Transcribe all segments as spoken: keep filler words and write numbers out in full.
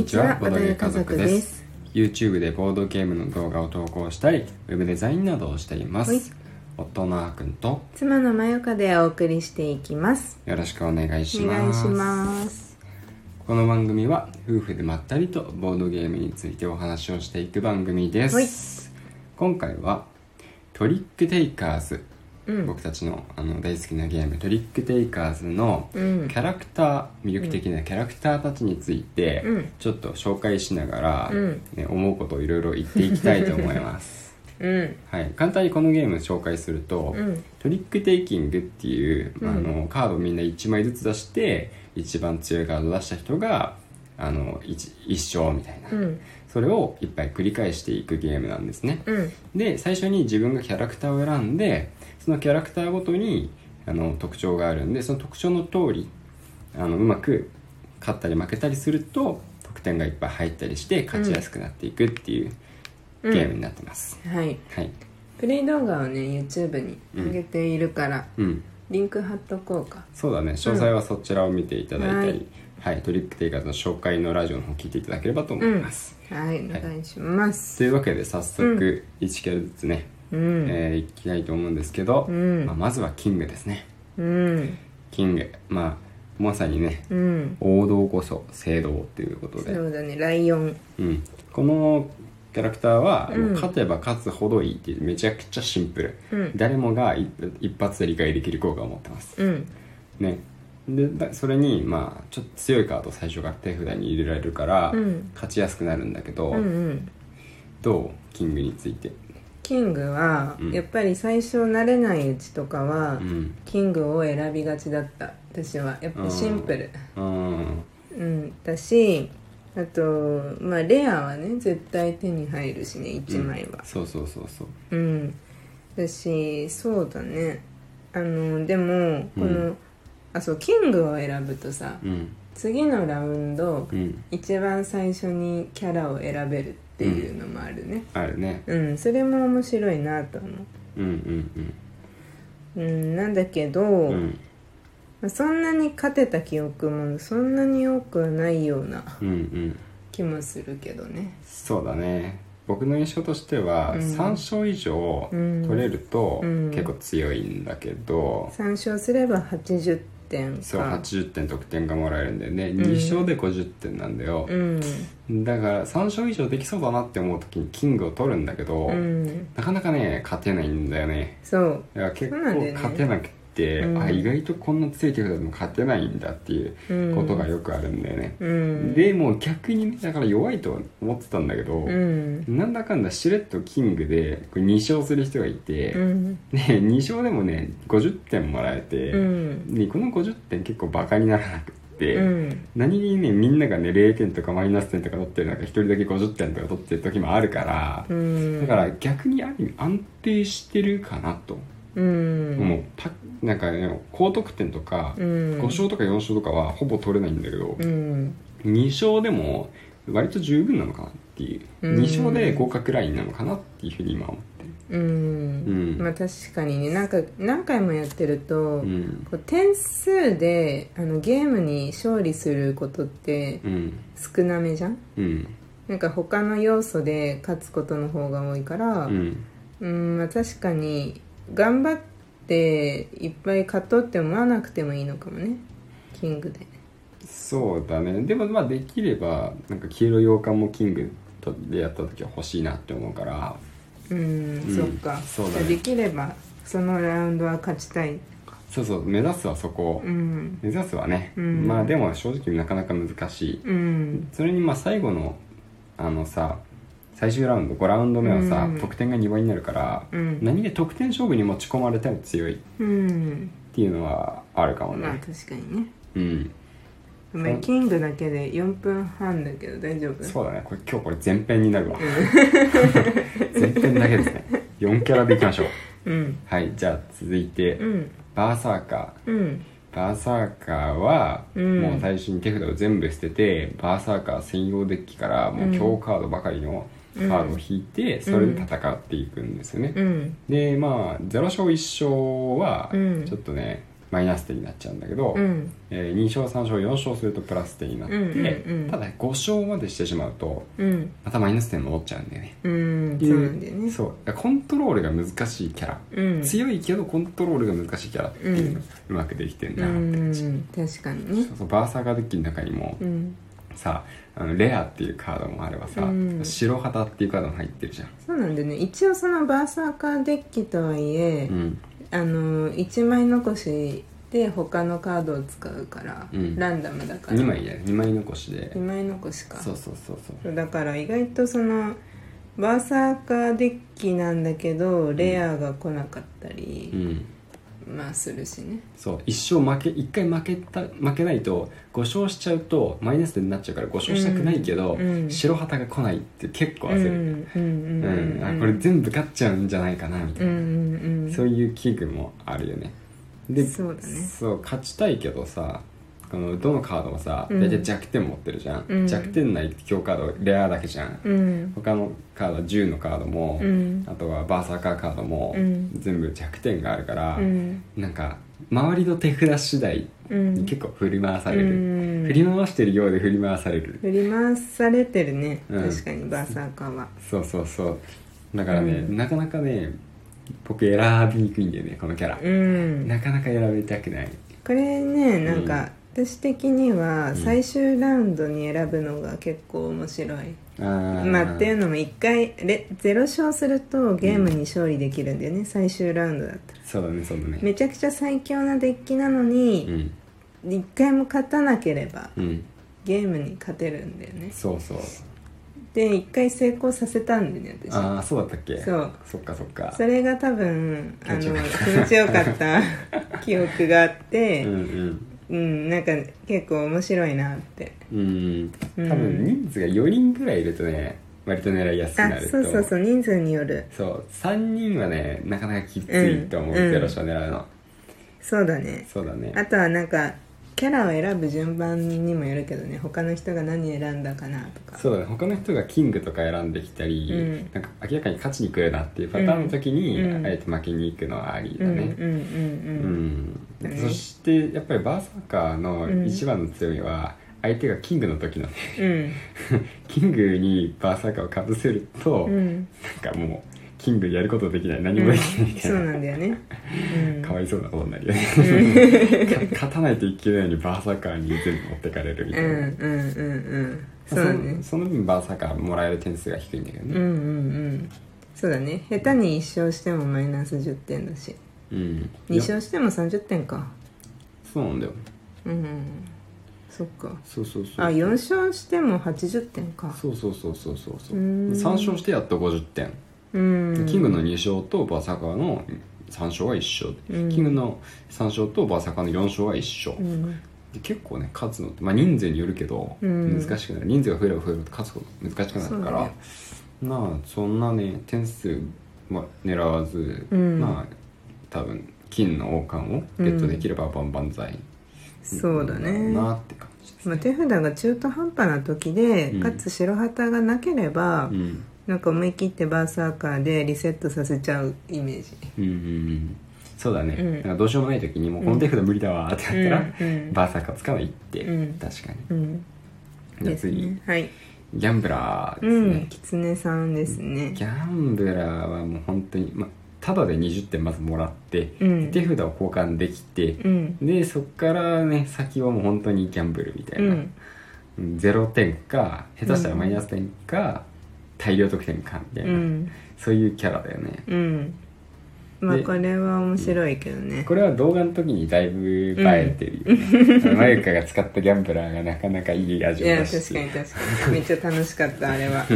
ちは、ボードゲー家族です。 YouTube でボードゲームの動画を投稿したり、ウェブデザインなどをしています。夫のあーくんと妻のまよかでお送りしていきます。 よろしくお願いします。 お願いします。 この番組は夫婦でまったりとボードゲームについてお話をしていく番組です。今回はトリックテイカーズ、うん、僕たち の, あの大好きなゲームトリックテイカーズのキャラクター、うん、魅力的なキャラクターたちについてちょっと紹介しながら、うんね、思うことをいろいろ言っていきたいと思います、うんはい、簡単にこのゲームを紹介すると、うん、トリックテイキングっていう、うん、あのカードをみんないちまいずつ出して一番強いカードを出した人があの 1, 一勝みたいな、うん、それをいっぱい繰り返していくゲームなんですね、うん、で最初に自分がキャラクターを選んでそのキャラクターごとにあの特徴があるんでその特徴の通りあのうまく勝ったり負けたりすると得点がいっぱい入ったりして勝ちやすくなっていくっていうゲームになってます、 うんうん、はい、はい、プレイ動画をね YouTube に上げているから、うん、リンク貼っとこうか。 そうだね、詳細はそちらを見ていただいたり、うんはいはい、トリックテイカーズの紹介のラジオの方聞いていただければと思います、 うん、はいお願いします、 はい、というわけで早速いちキャラずつね、うんえー、いきたいと思うんですけど、うんまあ、まずはキングですね、うん、キングまあまさにね、うん、王道こそ正道っていうことでそうだねライオン、 うん、このキャラクターは、うん、勝てば勝つほどいいっていうめちゃくちゃシンプル、うん、誰もが一発で理解できる効果を持ってます、うんね、でそれにまあちょっと強いカードを最初から手札に入れられるから、うん、勝ちやすくなるんだけど、うんうん、どうキングについて。 キングは、うん、やっぱり最初慣れないうちとかは、うん、キングを選びがちだった。私はやっぱシンプル、うんうん、だしあとまあレアはね絶対手に入るしねいちまいは、 うん、そうそうそうそううんだしそうだねあのでもこの、うん、あそうキングを選ぶとさ、うん、次のラウンド、うん、一番最初にキャラを選べるっていうのもあるね、 うん、あるねうんそれも面白いなと思ううんうんうんうんなんだけど、うんまあ、そんなに勝てた記憶もそんなに多くはないような気もするけどね、うんうん、 そうだね僕の印象としては、うん、さん勝以上取れると結構強いんだけど、 うん、さん勝すればはちじゅってんかそうはちじゅってん得点がもらえるんだよね、うん、に勝でごじゅってんなんだよ、うん、だからさん勝以上できそうだなって思う時にキングを取るんだけど、うん、なかなかね勝てないんだよねそうだから結構勝てなくてうん、あ意外とこんな強い手札でも勝てないんだっていうことがよくあるんだよね、うん、でもう逆に、ね、だから弱いとは思ってたんだけど、うん、なんだかんだしれっとキングでこれに勝する人がいて、うん、でに勝でもねごじゅってんもらえて、うん、でこのごじゅってん結構バカにならなくて、うん、何にねみんながねれいてんとかマイナス点とか取ってる中一人だけごじゅってんとか取ってる時もあるから、うん、だから逆にある意味安定してるかなとうん、もうパなんかね高得点とか、うん、ご勝とかよん勝とかはほぼ取れないんだけど、うん、に勝でも割と十分なのかなっていう、うん、に勝で合格ラインなのかなっていうふうに今思ってるうん、 うん、まあ確かにねなんか何回もやってると、うん、こう点数であのゲームに勝利することって少なめじゃん、うん、なんか他の要素で勝つことの方が多いから、うんうんまあ、確かに頑張っていっぱい勝とうって思わなくてもいいのかもねキングでそうだねでもまあできればなんか黄色い洋館もキングでやった時は欲しいなって思うからうん、うん、そっかそうだ、ね、できればそのラウンドは勝ちたいそうそう目指すはそこ、うん、目指すはね、うん、まあでも正直なかなか難しい、うん、それにまあ最後のあのさ最終ラウンドごラウンド目はさ、うん、得点がにばいになるから、うん、何で得点勝負に持ち込まれても強いっていうのはあるかもね、 まあ確かにねうんお前キングだけでよんぷんはんだけど大丈夫？ そうだねこれ今日これ前編になるわ前編だけですねよんキャラでいきましょう、うん、はいじゃあ続いて、うん、バーサーカー、うんバーサーカーはもう最初に手札を全部捨てて、うん、バーサーカー専用デッキからもう強カードばかりのカードを引いてそれで戦っていくんですよね、うん、でまあゼロ勝いち勝はちょっとね、 マイナス点になっちゃうんだけど、 うんえー、に勝さん勝よん勝するとプラス点になって、うんうんうん、ただご勝までしてしまうと、うん、またマイナス点戻っちゃうんだよね。 うんそうなんだよね。 そうコントロールが難しいキャラ、うん、強いけどコントロールが難しいキャラっていうのがうまくできてるなって感じ、うん、 確かにね。 そうそうバーサーカーデッキの中にも、うん、さあのレアっていうカードもあればさ、うん、白旗っていうカードも入ってるじゃん。 そうなんだよね。一応そのバーサーカーデッキとはいえ、うん、あのいちまい残しで他のカードを使うから、うん、ランダムだからにまいやにまい残しでにまい残しか。 そうそうそうそうだから意外とそのバーサーカーデッキなんだけどレアが来なかったり、うん、まあするしね。 そう一生負けいっかい負けた負けないとご勝しちゃうとマイナス点になっちゃうからご勝したくないけど、うんうん、白旗が来ないって結構焦る。これ全部勝っちゃうんじゃないかなみたいな、うんうんうん、そういう危惧もあるよね。でそうだね。 そう勝ちたいけどさこのどのカードもさ大体弱点持ってるじゃん、うん、弱点ない強カードレアだけじゃん、うん、他のカードはじゅうのカードも、うん、あとはバーサーカーカードも、うん、全部弱点があるから、うん、なんか周りの手札次第に結構振り回される、うん、振り回してるようで振り回される振り回されてるね、うん、確かにバーサーカーはそうそうそうだからね、うん、なかなかね僕選びにくいんだよねこのキャラ、うん、なかなか選びたくない。これねなんか、うん、私的には最終ラウンドに選ぶのが結構面白い、うん、まあっていうのもいっかいゼロ勝するとゲームに勝利できるんだよね、うん、最終ラウンドだったら。 そうだねそうだね。 めちゃくちゃ最強なデッキなのに、うん、いっかいも勝たなければ、うん、ゲームに勝てるんだよね。 そうそうでいっかい成功させたんでね私。 ああそうだったっけ。 そうそっかそっか。 それが多分あの気持ちよかった記憶があってうん、うんうん、なんか結構面白いなって。うん多分人数がよにんぐらいいるとね割と狙いやすくなると。 あそうそうそう人数による。 そうさんにんはねなかなかきついと思う、うん、ゼロ勝狙うの。 そうだねそうだね。 あとはなんかキャラを選ぶ順番にもよるけどね他の人が何選んだかなとか。 そうだね他の人がキングとか選んできたり、うん、なんか明らかに勝ちに来るなっていうパターンの時に、うん、あえて負けに行くのはありだね。そしてやっぱりバーサーカーの一番の強みは、うん、相手がキングの時のね、うん、キングにバーサーカーをかぶせると、うん、なんかもうキングやることできない何もできないみたいな、 うん、そうなんだよね、うん、 かわいそうなことになるよね勝たないといけないのにバーサーカーに全部持ってかれるみたいな。うんうんうんうんそうだね。その分バーサーカーもらえる点数が低いんだけどね。うんうんうんそうだね。下手にいち勝してもマイナスじゅってんだし、うん、に勝してもさんじゅってんか。 そうなんだよ。 うん、うん、そっか。 そうそうそうそう。 あよん勝してもはちじゅってんか。 そうそうそうそうそうそう。さん勝してやっとごじゅってん。うんキングのに勝とバーサーカーのさん勝はいっ勝、うん、キングのさん勝とバーサーカーのよん勝はいっ勝、うん、で結構ね勝つのって、まあ、人数によるけど、うん、難しくなる。人数が増えれば増えると勝つこと難しくなるから、ね、まあそんなね点数は狙わず、うん、まあ多分金の王冠をゲットできれば万々歳、 うん、そうだねなって感じです、ね。 まあ、手札が中途半端な時で、うん、かつ白旗がなければ、うんなんか思い切ってバーサーカーでリセットさせちゃうイメージ。うんうんうんそうだね、うん、なんかどうしようもない時にもうこの手札無理だわってなったら、うんうん、バーサーカー使うのいいって、うん、確かに、うん、じゃあ次、ねはい、ギャンブラーですね、うん、 キツネさんですね。 ギャンブラーはもう本当にまあタダでにじゅってんまずもらって、うん、手札を交換できて、うん、でそっからね先はもう本当にギャンブルみたいな、うん、ゼロてんか下手したらマイナス点か、大量得点かみたいな、うん、そういうキャラだよね。うんまあこれは面白いけどね。 これは動画の時にだいぶ映えてるよね、うん、マユカが使ったギャンブラーがなかなかいい味を出して。 いや確かに確かにめっちゃ楽しかったあれは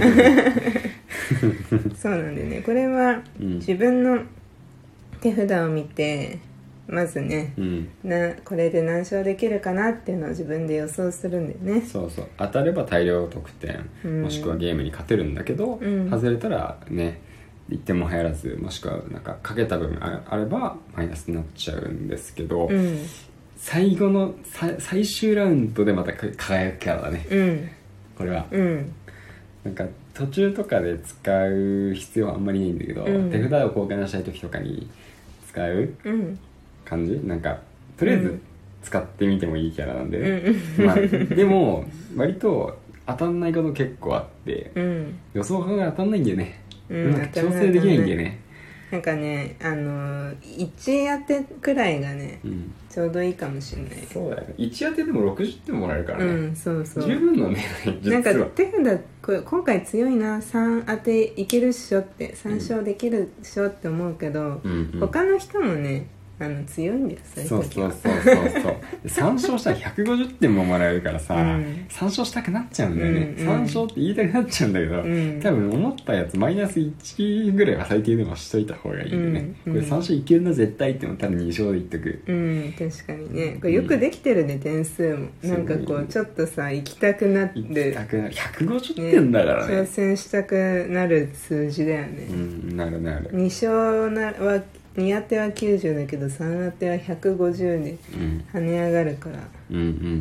そうなんでねこれは自分の手札を見てまずね、うん、なこれで何勝できるかなっていうのを自分で予想するんだよね。 そうそう当たれば大量得点、うん、もしくはゲームに勝てるんだけど、うん、外れたらねいってんも入らずもしくはなんかかけた分あればマイナスになっちゃうんですけど、うん、最後の最終ラウンドでまた輝くキャラだね、うん、これは、うん、なんか途中とかで使う必要はあんまりないんだけど、うん、手札を交換したい時とかに使う感じ、なんかとりあえず使ってみてもいいキャラなんで、うんまあ、でも割と当たんないこと結構あって、うん、予想が当たんないんだよね、うん、なんか調整できないんだよね。 なんかね、あのいち当てくらいがね、うん、ちょうどいいかもしれない。 そうだよね、いち当てでもろくじゅってんもらえるからね、うん、 そうそう、 十分のねなんか手札これ今回強いな、さん当ていけるっしょって、さん勝できるっしょって思うけど、うんうん、他の人もねあの強いんだよ、 そういう時は。そうそうそうそうさん勝したらひゃくごじゅってんももらえるからさ、うん、さん勝したくなっちゃうんだよね、うんうん、さん勝って言いたくなっちゃうんだけど、うん、多分思ったやつマイナスいちぐらいは最低でもしといた方がいいよね、うんうん、これさん勝いけるな絶対って思ったらに勝でいっとく。 うん確かにね、これよくできてるね、うん、点数もなんかこうちょっとさ行きたくなって行きたくなるひゃくごじゅってんだからね、 挑戦したくなる数字だよね。 うんなるなる。 に勝なはに当てはきゅうじゅうだけどさん当てはひゃくごじゅうで跳ね上がるから、うんうん、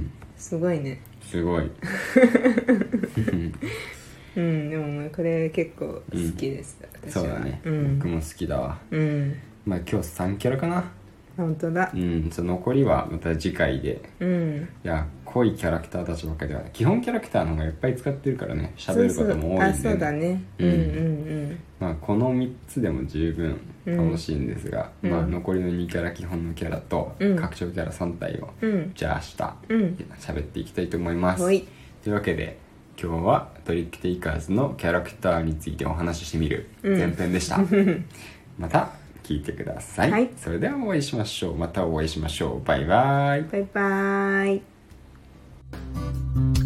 すごいね、 すごいうんでもこれ結構好きです、 うん、そうだね、うん、僕も好きだわ、うん、まあ今日さんキャラかな。 本当だ、 うん、その残りはまた次回で、うん、いや濃いキャラクターたちばっかりでは基本キャラクターの方がいっぱい使ってるからね、喋ることも多いんで、ね、 そうそう、あそうだね、うん、うんうんうんまあこのみっつでも十分楽しいんですが、うん、まあ残りのにキャラ基本のキャラと拡張キャラさん体を、うん、じゃあ明日喋っていきたいと思います、うん、というわけで今日はトリックテイカーズのキャラクターについてお話ししてみる前編でした、うん、また聞いてください、はい、それではお会いしましょう。またお会いしましょう。バイバイ。 バイバイ。